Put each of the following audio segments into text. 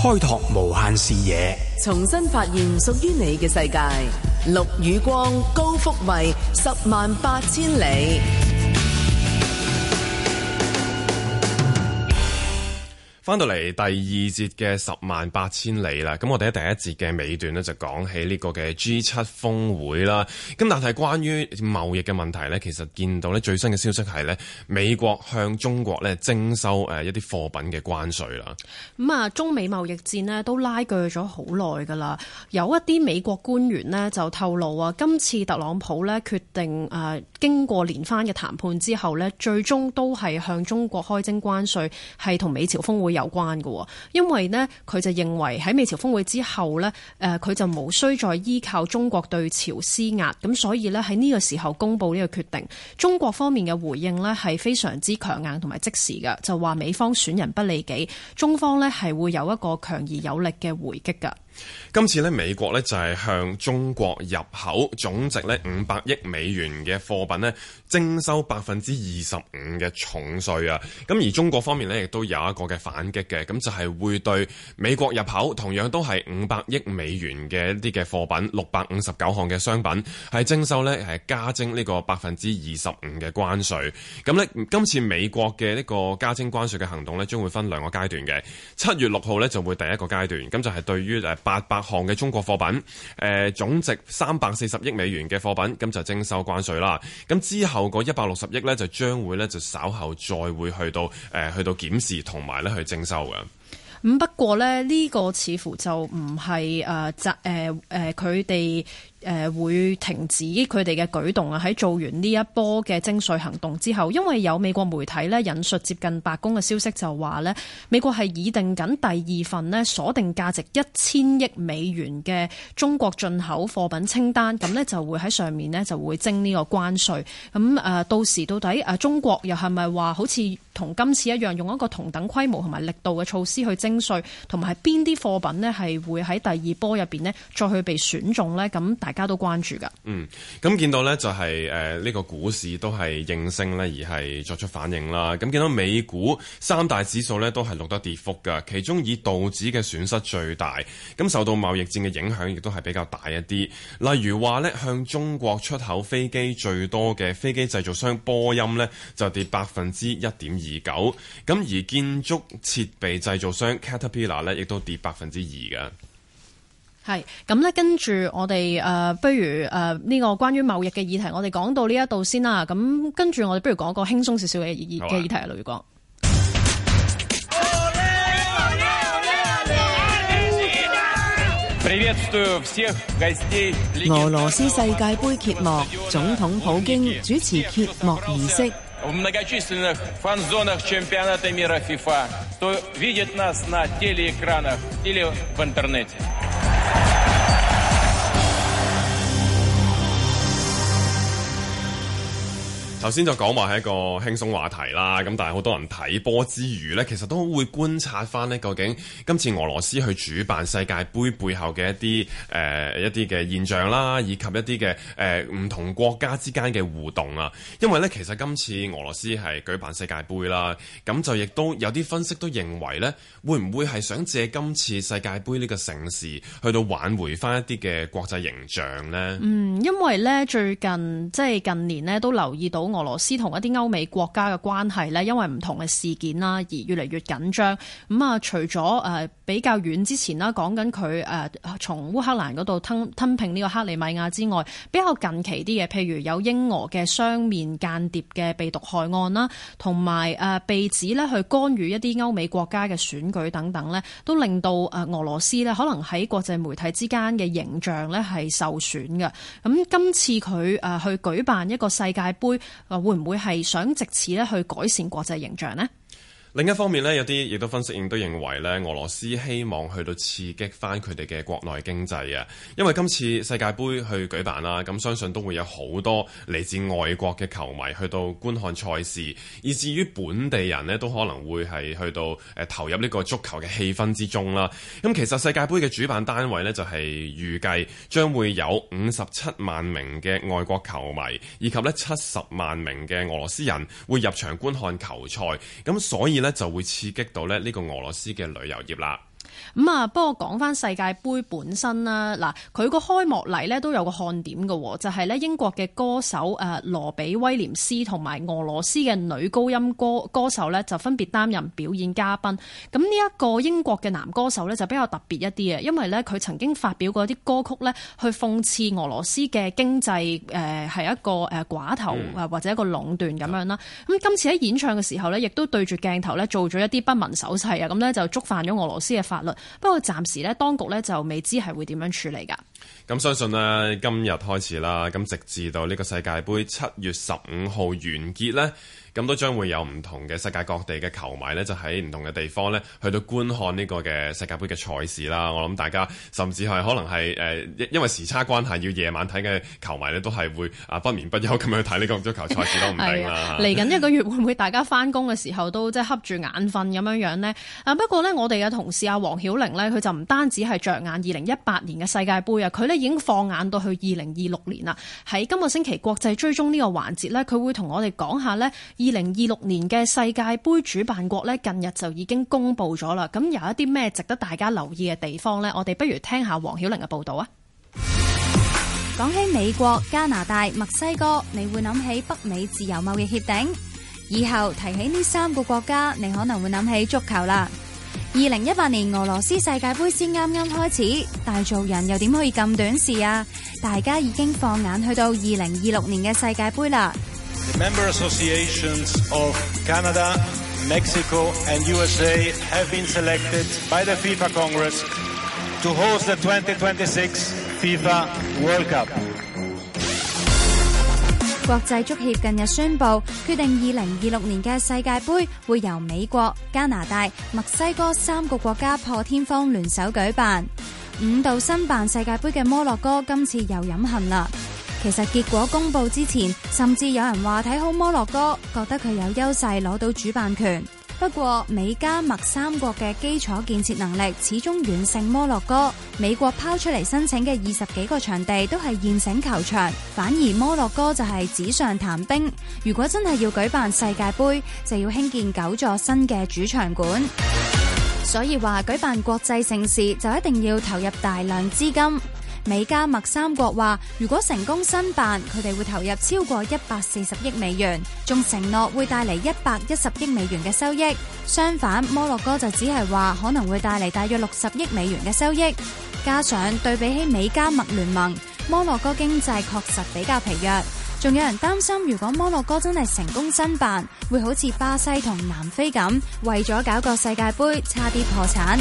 開拓無限視野， 重新發現屬於你嘅世界。陸宇光，高福慧，108,000里。 翻到嚟第二節嘅108,000里啦，咁我哋喺第一節嘅尾段呢，就講起呢個嘅 G7 峰會啦。咁但係關於貿易嘅問題呢，其實見到呢最新嘅消息係呢，美國向中國呢徵收一啲貨品嘅關稅啦。 咁啊，中美貿易戰呢都拉鋸咗好耐㗎啦。有一啲美國官員呢就透露啊，今次特朗普呢決定經過連番嘅談判之後呢，最終都係向中國開徵關稅，係同美朝峰會有關嘅。因為呢，佢就認為喺美朝峰會之後呢，佢就無需再依靠中國對朝施壓，咁所以呢，喺呢個時候公布呢個決定，中國方面嘅回應呢係非常之強硬同埋即時嘅，就話美方損人不利己，中方呢係會有一個強而有力嘅回擊㗎。 今次呢，美國呢就係向中國入口總值呢500億美元嘅貨品呢徵收25%嘅重稅啊！咁而中國方面呢，亦都有一個嘅反擊嘅，咁就係會對美國入口同樣都係500億美元嘅一啲嘅貨品659項嘅商品係徵收呢係加徵呢個25%嘅關稅。咁呢，今次美國嘅呢個加徵關稅嘅行動呢，將會分2個階段嘅。7月6號呢就會第一個階段，咁就係對於800項嘅中國貨品，總值340億美元嘅貨品，咁就徵收關稅啦。咁之後個160億呢，就將會呢，就稍後再會去到檢視同埋呢去徵收嘅。 咁不過呢，呢個似乎就唔係佢哋會停止佢哋嘅舉動啊！喺做完呢一波嘅徵稅行動之後，因為有美國媒體呢引述接近白宮嘅消息就話呢，美國係擬定緊第二份呢鎖定價值1000億美元嘅中國進口貨品清單，咁呢就會喺上面呢就會徵呢個關稅。咁到時到底中國又係咪話好似同今次一樣用一個同等規模同埋力度嘅措施去徵稅，同埋係邊啲貨品呢係會喺第二波入邊呢再去被選中呢？咁大家都關注㗎。 咁見到呢就係呢個股市都係應聲呢而係作出反應啦。咁見到美股3大指數呢都係錄得跌幅㗎，其中以道指嘅損失最大。咁受到貿易戰嘅影響亦都係比較大一啲。例如話呢，向中國出口飛機最多嘅飛機製造商波音呢就跌1.29%，咁而建築設備製造商 Caterpillar 呢亦都跌2%㗎。 係咁呢，跟住我哋不如呢個關於貿易嘅議題，我哋講到呢一度先啦。咁跟住我哋不如講一個輕鬆少少嘅議題啊，雷哥。 俄羅斯世界盃揭幕，總統普京主持揭幕儀式。 В многочисленных фан-зонах чемпионата мира ФИФА, кто видит нас на телеэкранах или в интернете. 頭先就講話係一個輕鬆話題啦，咁但係好多人睇波之餘呢，其實都會觀察翻呢究竟今次俄羅斯去主辦世界盃背後嘅一啲嘅現象啦，以及一啲嘅唔同國家之間嘅互動啊。因為呢，其實今次俄羅斯係舉辦世界盃啦，咁就亦都有啲分析都認為呢，會唔會係想借今次世界盃呢個盛事去到挽回翻一啲嘅國際形象呢？ 因為呢，最近近年呢都留意到俄羅斯同一啲歐美國家嘅關係呢，因為唔同嘅事件啦，而越嚟越緊張。除咗比較遠之前啦，講緊佢從烏克蘭嗰度吞併呢個克里米亞之外，比較近期啲嘅，譬如有英俄嘅雙面間諜嘅被毒害案啦，同埋被指呢去干預一啲歐美國家嘅選舉等等呢，都令到俄羅斯呢可能喺國際媒體之間嘅形象呢係受損嘅。咁今次佢去舉辦一個世界盃，會唔會係想藉此咧去改善國際形象呢？ 另一方面呢，有啲亦都分析亦都認為呢，俄羅斯希望去到刺激翻佢哋嘅國內經濟啊，因為今次世界盃去舉辦啦，咁相信都會有好多嚟自外國嘅球迷去到觀看賽事，以至於本地人呢都可能會係去到投入呢個足球嘅氣氛之中啦。咁其實世界盃嘅主辦單位呢，就係預計將會有57萬名嘅外國球迷，以及呢70萬名嘅俄羅斯人會入場觀看球賽，咁所以就會刺激到呢個俄羅斯嘅旅遊業啦。 不過講翻世界盃本身啦，嗱，佢個開幕禮呢都有個看點嘅，就係呢英國嘅歌手羅比威廉斯同埋俄羅斯嘅女高音歌手呢就分別擔任表演嘉賓。咁呢一個英國嘅男歌手呢就比較特別一啲嘅，因為呢佢曾經發表過一啲歌曲呢去諷刺俄羅斯嘅經濟係一個寡頭或者一個壟斷咁樣啦。咁今次喺演唱嘅時候呢，亦都對住鏡頭呢做咗一啲不文手勢啊，咁呢就觸犯咗俄羅斯嘅法律。不過暫時呢，當局呢就未知係會點樣處理㗎。 咁相信呢，今日開始啦，咁直至到呢個世界盃7月15號完結呢，咁都將會有唔同嘅世界各地嘅球迷呢，就喺唔同嘅地方呢去到觀看呢個嘅世界盃嘅賽事啦。我諗大家甚至係可能係因為時差關係要夜晚睇嘅球迷呢，都係會不眠不休咁樣睇呢個足球賽事都唔定啦。 嚟緊一個月會唔會大家翻工嘅時候都即係瞌住眼瞓咁樣呢？不過呢，我哋嘅同事黃曉玲呢，佢就唔單止係着眼2018年嘅世界盃啊，佢呢已經放眼到去2026年啦。喺今個星期國際追蹤呢個環節呢，佢會同我哋講下呢2026年嘅世界盃主辦國呢，近日就已經公布咗啦。咁有一啲咩值得大家留意嘅地方呢？我哋不如聽下黃曉玲嘅報導啊。 講起美國、加拿大、墨西哥，你會諗起北美自由貿易協定。以後提起呢3個國家，你可能會諗起足球啦。2018年俄羅斯世界盃先啱啱開始，但係做人又點可以咁短視啊？大家已經放眼去到2026年嘅世界盃啦。 The member associations of Canada, Mexico and USA have been selected by the FIFA Congress to host the 2026 FIFA World Cup. 國際足協近日宣布，決定2026年嘅世界盃會由美國、加拿大、墨西哥3個國家破天荒聯手舉辦。5度申辦世界盃嘅摩洛哥今次又飲恨啦。其實結果公佈之前，甚至有人話睇好摩洛哥，覺得佢有優勢攞到主辦權。不過美加墨3國嘅基礎建設能力始終遠勝摩洛哥。美國拋出嚟申請嘅20幾個場地都係現成球場，反而摩洛哥就係紙上談兵。如果真係要舉辦世界盃，就要興建9座新嘅主場館。所以話舉辦國際盛事就一定要投入大量資金。美加墨3國話，如果成功申辦，佢哋會投入超過140億美元，仲承諾會帶嚟110億美元嘅收益。相反，摩洛哥就只係話可能會帶嚟大約60億美元嘅收益。加上對比起美加墨聯盟，摩洛哥經濟確實比較疲弱。仲有人擔心，如果摩洛哥真係成功申辦，會好似巴西同南非咁，為咗搞個世界盃，差啲破產。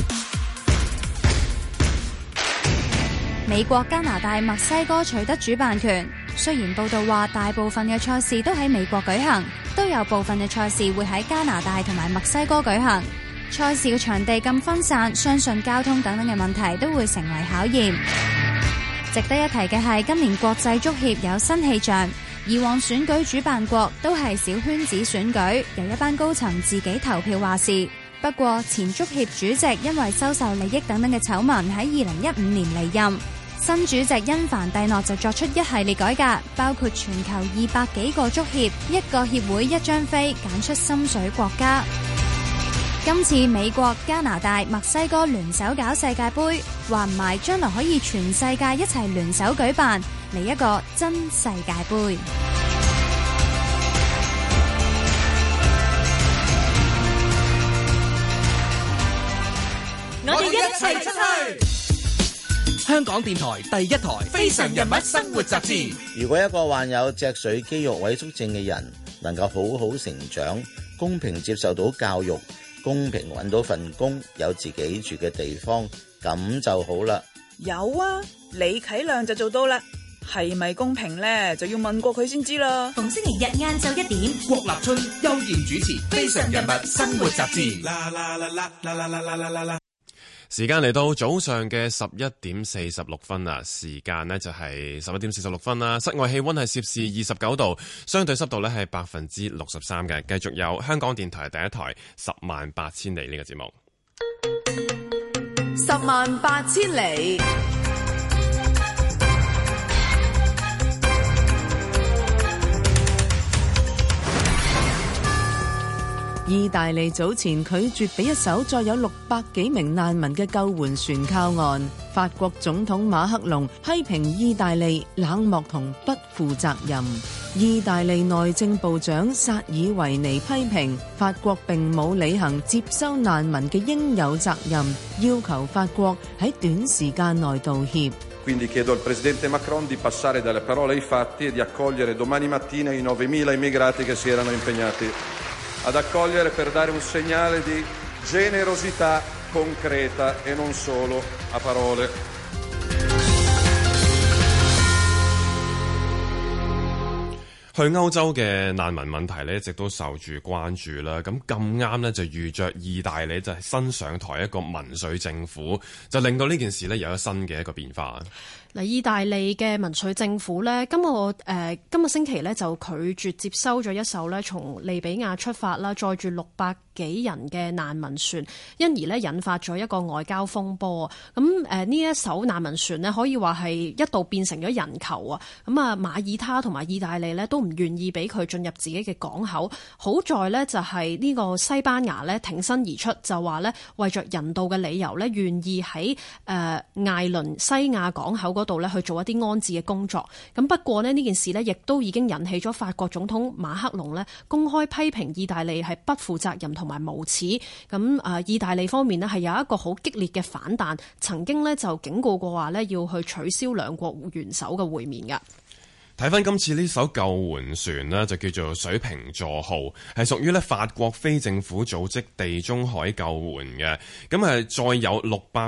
美國、加拿大、墨西哥取得主辦權，雖然報道話大部分嘅賽事都喺美國舉行，都有部分嘅賽事會喺加拿大同埋墨西哥舉行。賽事嘅場地咁分散，相信交通等等嘅問題都會成為考驗。值得一提嘅係，今年國際足協有新氣象，以往選舉主辦國都係小圈子選舉，由一班高層自己投票話事。不過前足協主席因為收受利益等等嘅醜聞喺2015年離任，新主席因凡蒂諾就作出一系列改革，包括全球200幾個足協，一個協會一張飛，揀出心水國家。今次美國、加拿大、墨西哥聯手搞世界盃，話唔埋將來可以全世界一齊聯手舉辦，嚟一個真世界盃。 我哋一齊出去！香港電台第一台《非常人物生活雜誌》。 如果一個患有脊髓肌肉萎縮症嘅人能夠好好成長，公平接受到教育，公平揾到份工，有自己住嘅地方，咁就好啦。 有啊，李啟亮就做到啦。係咪公平呢？就要問過佢先知啦。 逢星期日晏晝1點，郭立春、邱賢主持《非常人物生活雜誌》。 時間嚟到早上嘅11點46分啦，時間呢就係11點46分啦。室外氣溫係攝氏29度，相對濕度呢係63%嘅。繼續有香港電台第一台10萬8千里呢個節目。 10萬8千里。 意大利早前拒絕俾一艘載有600幾名難民嘅救援船靠岸。法國總統馬克龍批評意大利冷漠同不負責任。意大利內政部長薩爾維尼批評法國並冇履行接收難民嘅應有責任，要求法國喺短時間內道歉。 Quindi chiedo al Presidente Macron di passare dalle parole ai fatti e di accogliere domani mattina i 9.000 immigrati che si erano impegnati ad accogliere per dare un segnale di generosità concreta e non solo a parole. 去歐洲嘅難民問題呢，一直都受住關注啦。咁咁啱呢，就遇着意大利就係新上台一個民粹政府，就令到呢件事呢有咗新嘅一個變化。 嗱，意大利嘅民粹政府呢，今個星期呢就拒絕接收咗一艘呢從利比亞出發啦，載住600幾人嘅難民船，因而呢引發咗一個外交風波。咁呢一艘難民船呢，可以話係一度變成咗人球啊！咁啊，馬耳他同埋意大利呢都唔願意俾佢進入自己嘅港口。好在呢，就係呢個西班牙呢挺身而出，就話呢為着人道嘅理由呢，願意喺艾倫西亞港口嗰度呢去做一啲安置嘅工作。咁不過呢件事呢，亦都已經引起咗法國總統馬克龍呢公開批評意大利係不負責任同埋無恥。咁意大利方面呢係有一個好激烈嘅反彈，曾經呢就警告過話呢要去取消兩國元首嘅會面㗎。 睇翻今次呢艘救援船呢，就叫做水瓶座號，係屬於法國非政府組織地中海救援嘅。咁係載有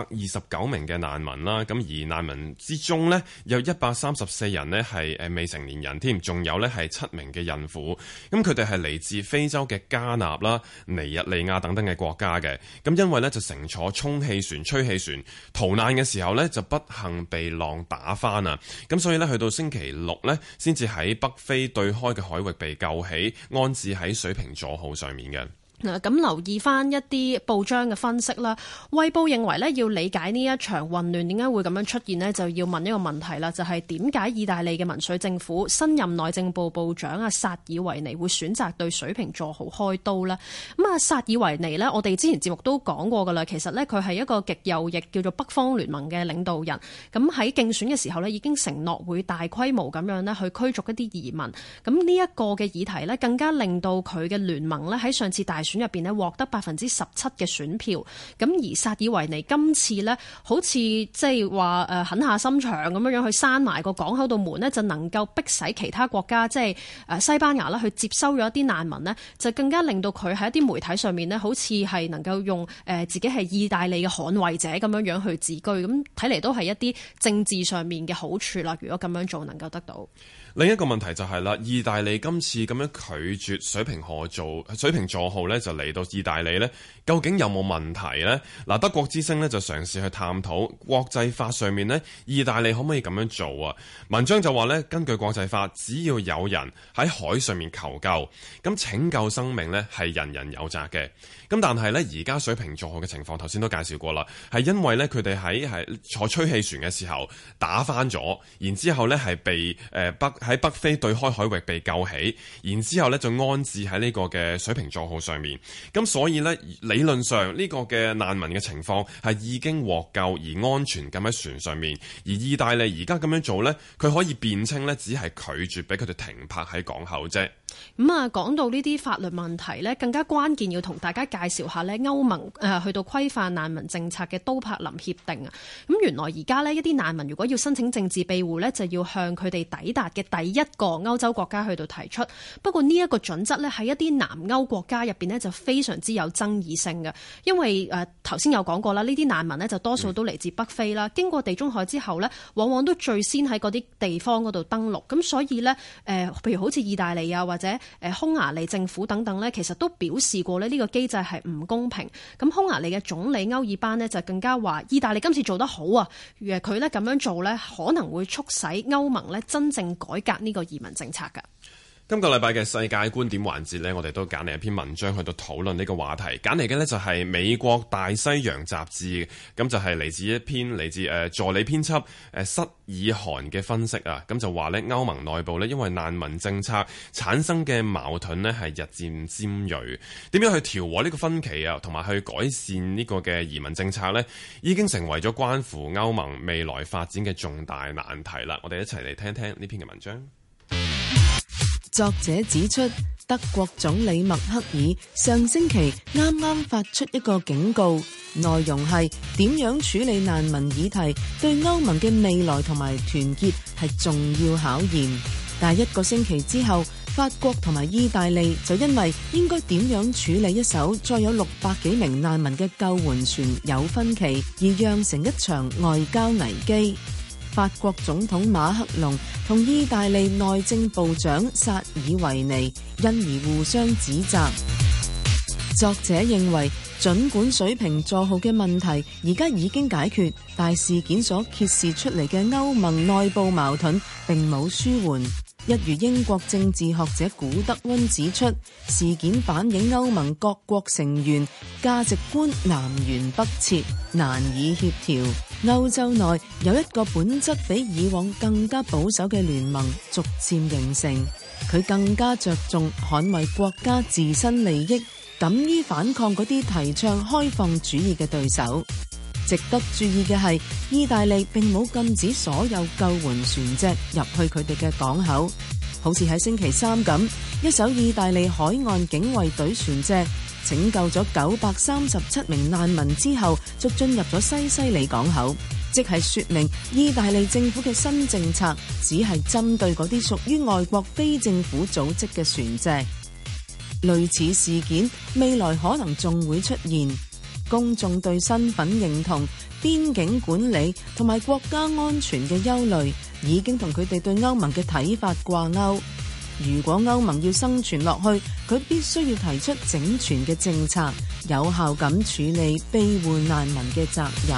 629名嘅難民啦。咁而難民之中呢，有134人呢係未成年人添，仲有呢係7名嘅孕婦。咁佢哋係嚟自非洲嘅加納啦、尼日利亞等等嘅國家嘅。咁因為呢，就乘坐充氣船、吹氣船逃難嘅時候呢，就不幸被浪打翻啊！咁所以呢，去到星期六呢，先至喺北非對開嘅海域被救起，安置喺水瓶座號上面嘅。 咁留意翻一啲報章嘅分析啦，衛報認為呢，要理解呢一場混亂點解會咁樣出現呢，就要問一個問題啦，就係點解意大利嘅民粹政府新任內政部部長薩爾維尼會選擇對水瓶座號開刀呢？咁薩爾維尼呢，我哋之前節目都講過噶啦，其實呢，佢係一個極右翼叫做北方聯盟嘅領導人，咁喺競選嘅時候呢，已經承諾會大規模咁樣呢去驅逐一啲移民。咁呢一個嘅議題呢，更加令到佢嘅聯盟呢喺上次大選入邊呢獲得17%嘅選票。咁而薩爾維尼今次呢，好似即係話狠下心腸咁樣去閂埋個港口度門呢，就能夠逼使其他國家即係西班牙啦去接收咗一啲難民呢，就更加令到佢喺一啲媒體上面呢，好似係能夠用自己係意大利嘅捍衛者咁樣去自居。咁睇嚟都係一啲政治上面嘅好處啦。如果咁樣做能夠得到。 另一個問題就係啦，意大利今次咁樣拒絕水瓶座號呢，就嚟到意大利呢，究竟有冇問題呢？嗱，德國之聲呢就嘗試去探討國際法上面呢，意大利可唔可以咁樣做啊？文章就話呢，根據國際法，只要有人喺海上面求救，咁拯救生命呢係人人有責嘅。咁但係呢，而家水瓶座號嘅情況頭先都介紹過啦，係因為呢，佢哋喺坐吹氣船嘅時候打翻咗，然之後呢係被喺北非對開海域被救起，然之後呢就安置喺呢個嘅水瓶座號上面。咁所以呢，理論上呢個嘅難民嘅情況係已經獲救而安全咁喺船上面。而意大利而家咁樣做呢，佢可以辯稱呢，只係拒絕俾佢哋停泊喺港口啫。 講到呢啲法律問題呢，更加關鍵要同大家介紹下呢歐盟去到規範難民政策嘅都柏林協定啊。咁原來而家呢，一啲難民如果要申請政治庇護呢，就要向佢哋抵達嘅第一個歐洲國家去到提出。不過呢一個準則呢，喺一啲南歐國家入邊呢，就非常之有爭議性嘅，因為頭先有講過啦，呢啲難民呢，就多數都嚟自北非啦，經過地中海之後呢，往往都最先喺嗰啲地方嗰度登陸。咁所以呢，譬如好似意大利啊或者匈牙利政府等等呢，其實都表示過呢個機制係唔公平。咁匈牙利嘅總理歐爾班呢，就更加話，意大利今次做得好啊！佢呢咁樣做呢，可能會促使歐盟呢真正改革呢個移民政策㗎。 今個禮拜嘅世界觀點環節呢，我哋都揀嚟一篇文章去到討論呢個話題。揀嚟嘅呢就係美國大西洋雜誌，咁就係嚟自一篇嚟自助理編輯塞爾汗嘅分析啊。咁就話呢，歐盟內部呢，因為難民政策產生嘅矛盾呢係日漸尖鋭，點樣去調和呢個分歧啊，同埋去改善呢個嘅移民政策呢，已經成為咗關乎歐盟未來發展嘅重大難題啦。我哋一齊嚟聽聽呢篇嘅文章。 作者指出，德國總理默克爾上星期啱啱發出一個警告，內容係點樣處理難民議題對歐盟嘅未來同埋團結係重要考驗。但係一個星期之後，法國同埋意大利就因為應該點樣處理一艘載有600幾名難民嘅救援船有分歧，而釀成一場外交危機。法國總統馬克龍同意大利內政部長薩爾維尼因而互相指責。作者認為，儘管水瓶座號嘅問題而家已經解決，但事件所揭示出嚟嘅歐盟內部矛盾並冇舒緩。一如英國政治學者古德溫指出，事件反映歐盟各國成員價值觀南轅北轍，難以協調。歐洲內有一個本質比以往更加保守嘅聯盟逐漸形成，佢更加着重捍衛國家自身利益，敢於反抗嗰啲提倡開放主義嘅對手。值得注意嘅係，意大利並冇禁止所有救援船隻入去佢哋嘅港口，好似喺星期三咁，一艘意大利海岸警衛隊船隻拯救咗937名難民之後，就進入咗西西里港口，即係說明意大利政府嘅新政策只係針對嗰啲屬於外國非政府組織嘅船隻。類似事件未來可能仲會出現。公眾對身份認同、邊境管理同埋國家安全嘅憂慮，已經同佢哋對歐盟嘅睇法掛鈎。如果歐盟要生存落去，佢必須要提出整全嘅政策，有效咁處理庇護難民嘅責任。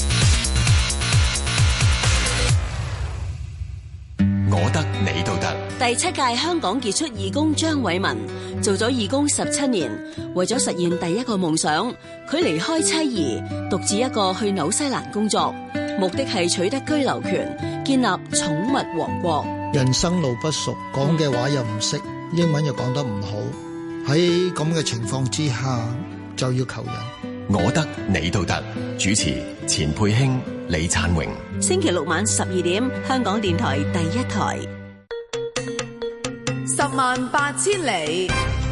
我得你都得。 第7屆香港傑出義工張偉文做咗義工17年，為咗實現第一個夢想，佢離開妻兒，獨自一個去紐西蘭工作，目的係取得居留權，建立寵物王國。 人生路不熟，講嘅話又唔識，英文又講得唔好，喺咁嘅情況之下就要求人。 我得你都得。主持錢佩卿、李燦榮。 星期六晚12點，香港電台第1台。 108000里。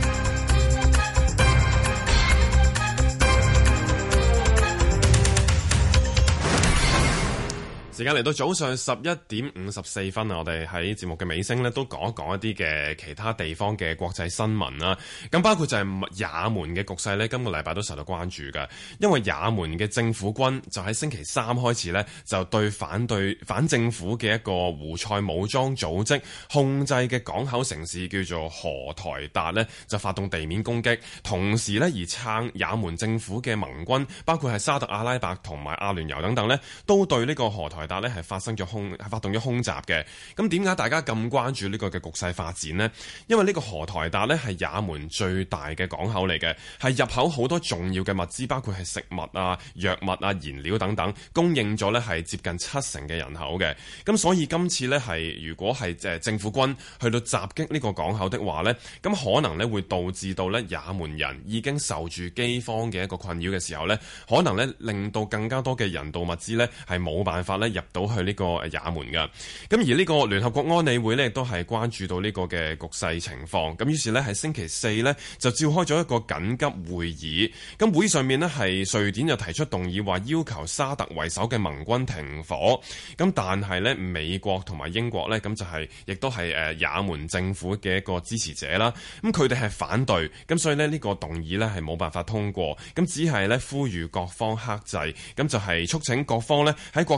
時間嚟到早上11點54分啊！我哋喺節目嘅尾聲呢都講一講一啲嘅其他地方嘅國際新聞啦。咁包括就係也門嘅局勢呢，今個禮拜都受到關注㗎。因為也門嘅政府軍就喺星期3開始呢，就對反政府嘅一個胡塞武裝組織控制嘅港口城市叫做荷台達呢，就發動地面攻擊。同時呢，而撐也門政府嘅盟軍，包括係沙特阿拉伯同埋阿聯酋等等呢，都對呢個荷台達係發動咗空襲嘅。咁點解大家咁關注呢個嘅局勢發展呢？因為呢個荷台達呢係也門最大嘅港口嚟嘅，係入口好多重要嘅物資，包括係食物啊、藥物啊、燃料等等，供應咗呢係接近70%嘅人口嘅。咁所以今次呢係如果係政府軍去到襲擊呢個港口的話呢，咁可能呢會導致到呢也門人已經受住饑荒嘅一個困擾嘅時候呢，可能呢令到更加多嘅人道物資呢係冇辦法呢入到去呢個也門噶。咁而呢個聯合國安理會呢亦都係關注到呢個嘅局勢情況。咁於是呢喺星期4呢就召開咗一個緊急會議。咁會上面呢係瑞典就提出動議話要求沙特為首嘅盟軍停火。咁但係呢美國同埋英國呢咁就係亦都係也門政府嘅一個支持者啦。咁佢哋係反對。咁所以呢個動議呢係冇辦法通過。咁只係呢呼籲各方克制。咁就係促請各方呢喺國際人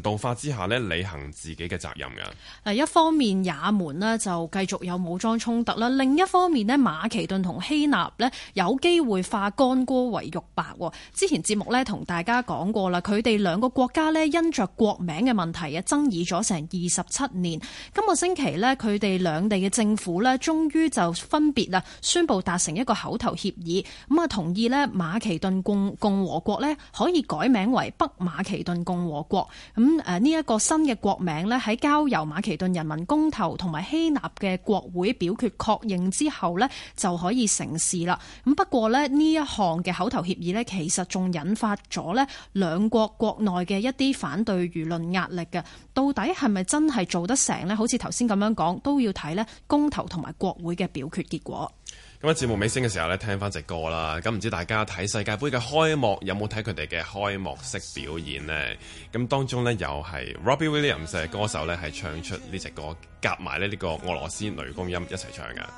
道法之下呢履行自己嘅責任㗎。 一方面也門呢就繼續有武裝衝突啦，另一方面呢馬其頓同希臘呢有機會化干戈為玉帛。之前節目呢同大家講過啦，佢哋兩個國家呢因着國名嘅問題爭議咗成27年。今個星期呢，佢哋兩地嘅政府呢終於就分別宣布達成一個口頭協議，同意呢馬其頓共和國呢可以改名為北馬其頓共和國。呢一個新嘅國名呢，喺交由馬其頓人民公投同埋希臘嘅國會表決確認之後呢，就可以成事啦。不過呢一項嘅口頭協議呢，其實仲引發咗呢兩國國內嘅一啲反對輿論壓力嘅。到底係咪真係做得成呢？好似頭先咁樣講，都要睇呢公投同埋國會嘅表決結果。 咁喺節目尾聲嘅時候呢，聽翻隻歌啦。咁唔知大家睇世界盃嘅開幕有冇睇佢哋嘅開幕式表演呢？咁當中呢，又係 Robbie Williams 嘅歌手呢，係唱出呢隻歌，夾埋呢個俄羅斯女高音一齊唱嘅。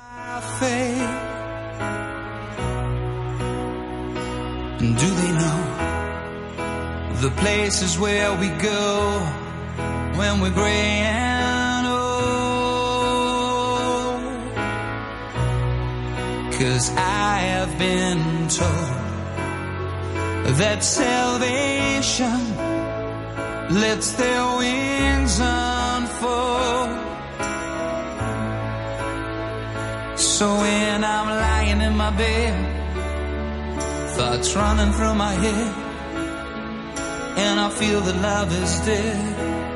Do they know the places where we go when we're gray and old? 'Cause I have been told that salvation lets their wings unfold. So when I'm lying in my bed, thoughts running through my head, and I feel that love is dead,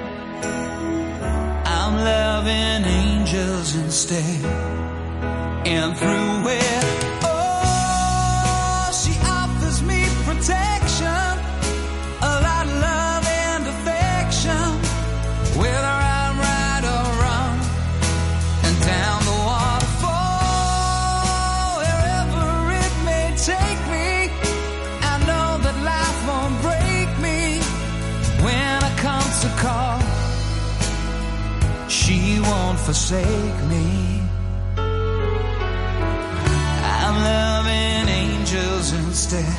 I'm loving angels instead. And through it, oh, she offers me protection, a lot of love and affection, whether I'm right or wrong, and down the waterfall, wherever it may take me, I know that life won't break me. When I come to call, she won't forsake me. I'm loving angels instead.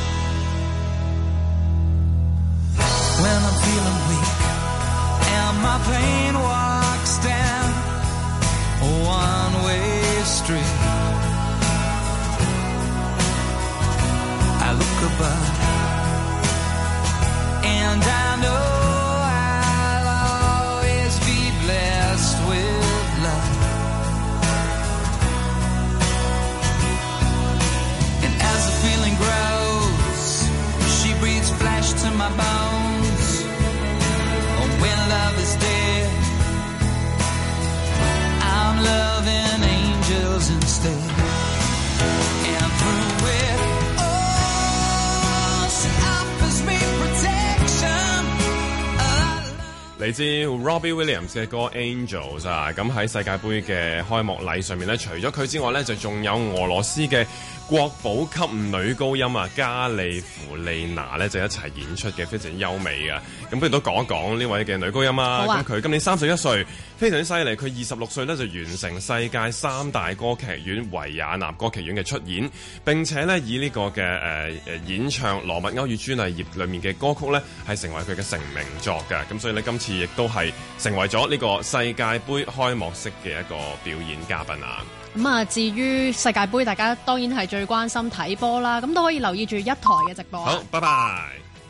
When I'm feeling weak and my pain walks down a one-way street, I look above and I know I'll always be blessed with love. Feeling grows, she breathes flesh to my bones. Oh, when love is dead, I'm loving angels instead. And through it, oh, she offers me protection. 嚟自 Robbie Williams 嘅歌 Angels 啊，咁喺世界盃嘅開幕禮上面咧，除咗佢之外咧，就仲有俄羅斯嘅國寶級女高音啊，加利芙利娜咧就一齊演出嘅，非常之優美啊！咁不如都講一講呢位嘅女高音啊。咁佢今年31歲，非常之犀利。佢26歲咧就完成世界3大歌劇院維也納歌劇院嘅出演，並且咧以呢個嘅演唱羅密歐與朱麗葉裏面嘅歌曲咧，係成為佢嘅成名作㗎。咁所以咧今次亦都係成為咗呢個世界盃開幕式嘅一個表演嘉賓啊！ 至於世界盃，大家當然係最關心睇波啦，咁都可以留意住一台嘅直播。 好，拜拜。